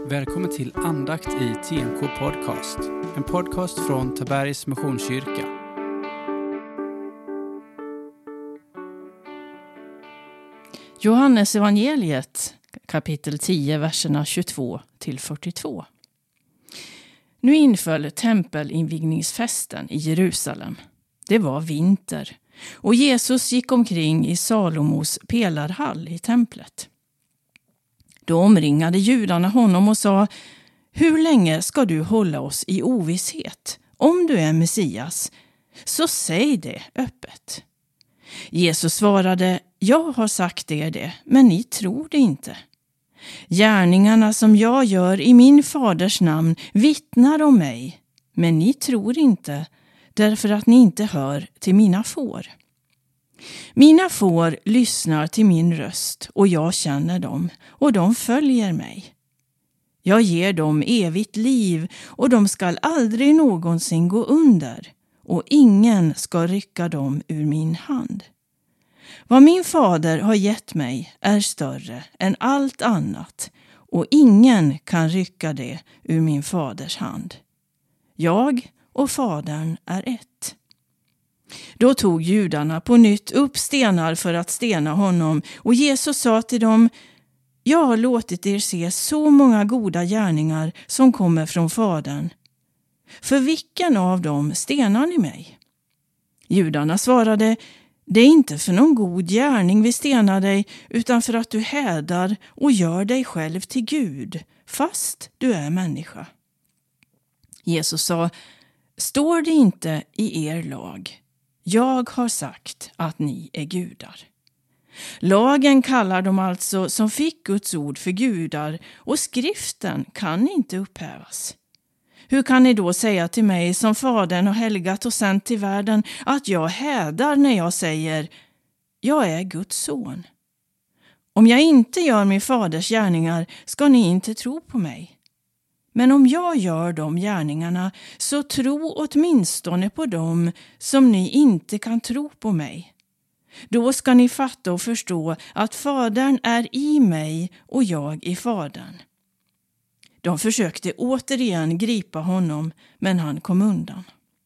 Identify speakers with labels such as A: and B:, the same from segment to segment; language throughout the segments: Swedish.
A: Välkommen till andakt i TMK Podcast. En podcast från Tabergs Missionskyrka.
B: Johannes evangeliet, kapitel 10, verserna 22-42. Nu inföll tempelinvigningsfesten i Jerusalem. Det var vinter och Jesus gick omkring i Salomos pelarhall i templet. Då omringade judarna honom och sa: "Hur länge ska du hålla oss i ovisshet? Om du är Messias, så säg det öppet." Jesus svarade: "Jag har sagt er det, men ni tror det inte. Gärningarna som jag gör i min faders namn vittnar om mig, men ni tror inte, därför att ni inte hör till mina får. Mina får lyssnar till min röst och jag känner dem och de följer mig. Jag ger dem evigt liv och de skall aldrig någonsin gå under och ingen ska rycka dem ur min hand. Vad min fader har gett mig är större än allt annat och ingen kan rycka det ur min faders hand. Jag och fadern är ett." Då tog judarna på nytt upp stenar för att stena honom och Jesus sa till dem: "Jag har låtit er se så många goda gärningar som kommer från fadern. För vilken av dem stenar ni mig?" Judarna svarade: "Det är inte för någon god gärning vi stenar dig, utan för att du hädar och gör dig själv till Gud, fast du är människa." Jesus sa: "Står det inte i er lag? Jag har sagt att ni är gudar." Lagen kallar de alltså som fick Guds ord för gudar, och skriften kan inte upphävas. Hur kan ni då säga till mig som fadern har helgat och sänt till världen att jag hädar när jag säger: jag är Guds son? Om jag inte gör min faders gärningar ska ni inte tro på mig. Men om jag gör de gärningarna, så tro åtminstone på dem som ni inte kan tro på mig. Då ska ni fatta och förstå att fadern är i mig och jag i fadern. De försökte återigen gripa honom, men han kom undan.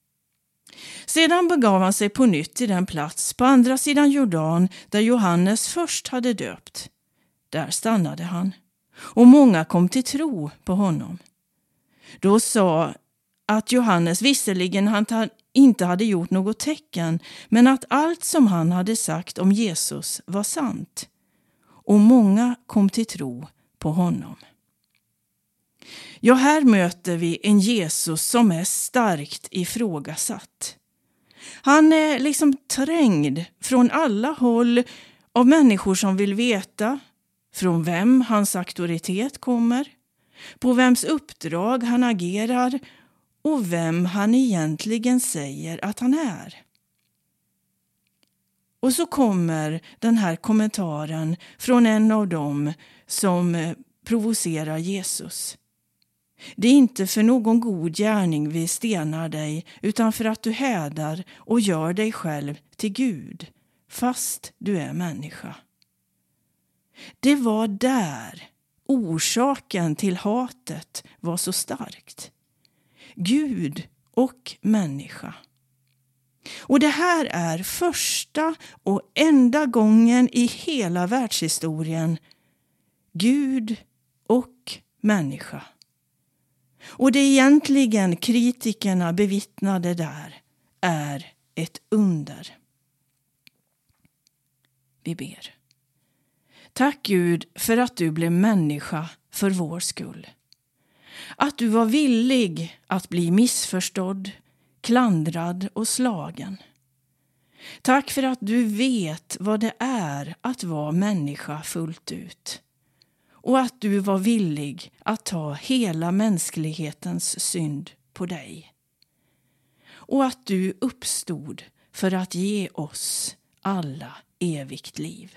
B: Sedan begav han sig på nytt till den plats på andra sidan Jordan där Johannes först hade döpt. Där stannade han, och många kom till tro på honom. Då sa att Johannes visserligen han inte hade gjort något tecken, men att allt som han hade sagt om Jesus var sant. Och många kom till tro på honom. Ja, här möter vi en Jesus som är starkt ifrågasatt. Han är liksom trängd från alla håll av människor som vill veta från vem hans auktoritet kommer, på vems uppdrag han agerar och vem han egentligen säger att han är. Och så kommer den här kommentaren från en av dem som provocerar Jesus. "Det är inte för någon god gärning vi stenar dig, utan för att du hädar och gör dig själv till Gud, fast du är människa." Det var där orsaken till hatet var så starkt. Gud och människa. Och det här är första och enda gången i hela världshistorien. Gud och människa. Och det egentligen kritikerna bevittnade där är ett under. Vi ber. Tack Gud för att du blev människa för vår skull. Att du var villig att bli missförstådd, klandrad och slagen. Tack för att du vet vad det är att vara människa fullt ut. Och att du var villig att ta hela mänsklighetens synd på dig. Och att du uppstod för att ge oss alla evigt liv.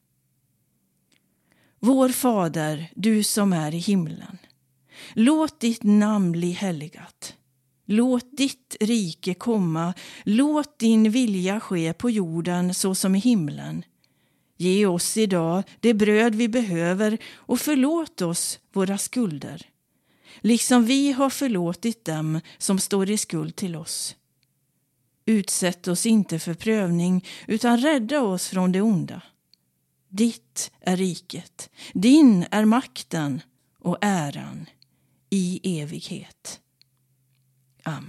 B: Vår Fader, du som är i himlen. Låt ditt namn bli helgat. Låt ditt rike komma. Låt din vilja ske på jorden så som i himlen. Ge oss idag det bröd vi behöver och förlåt oss våra skulder, liksom vi har förlåtit dem som står i skuld till oss. Utsätt oss inte för prövning, utan rädda oss från det onda. Ditt är riket, din är makten och äran i evighet. Amen.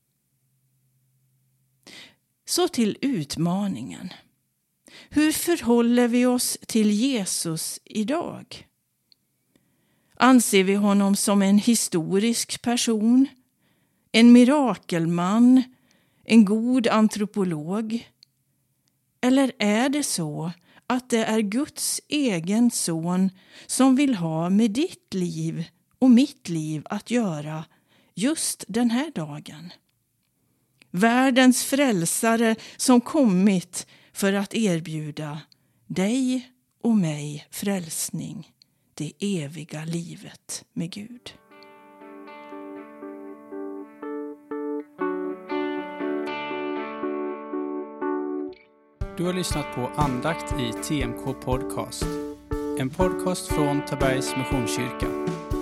B: Så till utmaningen. Hur förhåller vi oss till Jesus idag? Anser vi honom som en historisk person, en mirakelman, en god antropolog? Eller är det så att det är Guds egen son som vill ha med ditt liv och mitt liv att göra just den här dagen? Världens frälsare som kommit för att erbjuda dig och mig frälsning, det eviga livet med Gud.
A: Du har lyssnat på andakt i TMK Podcast. En podcast från Tabergs Missionskyrka.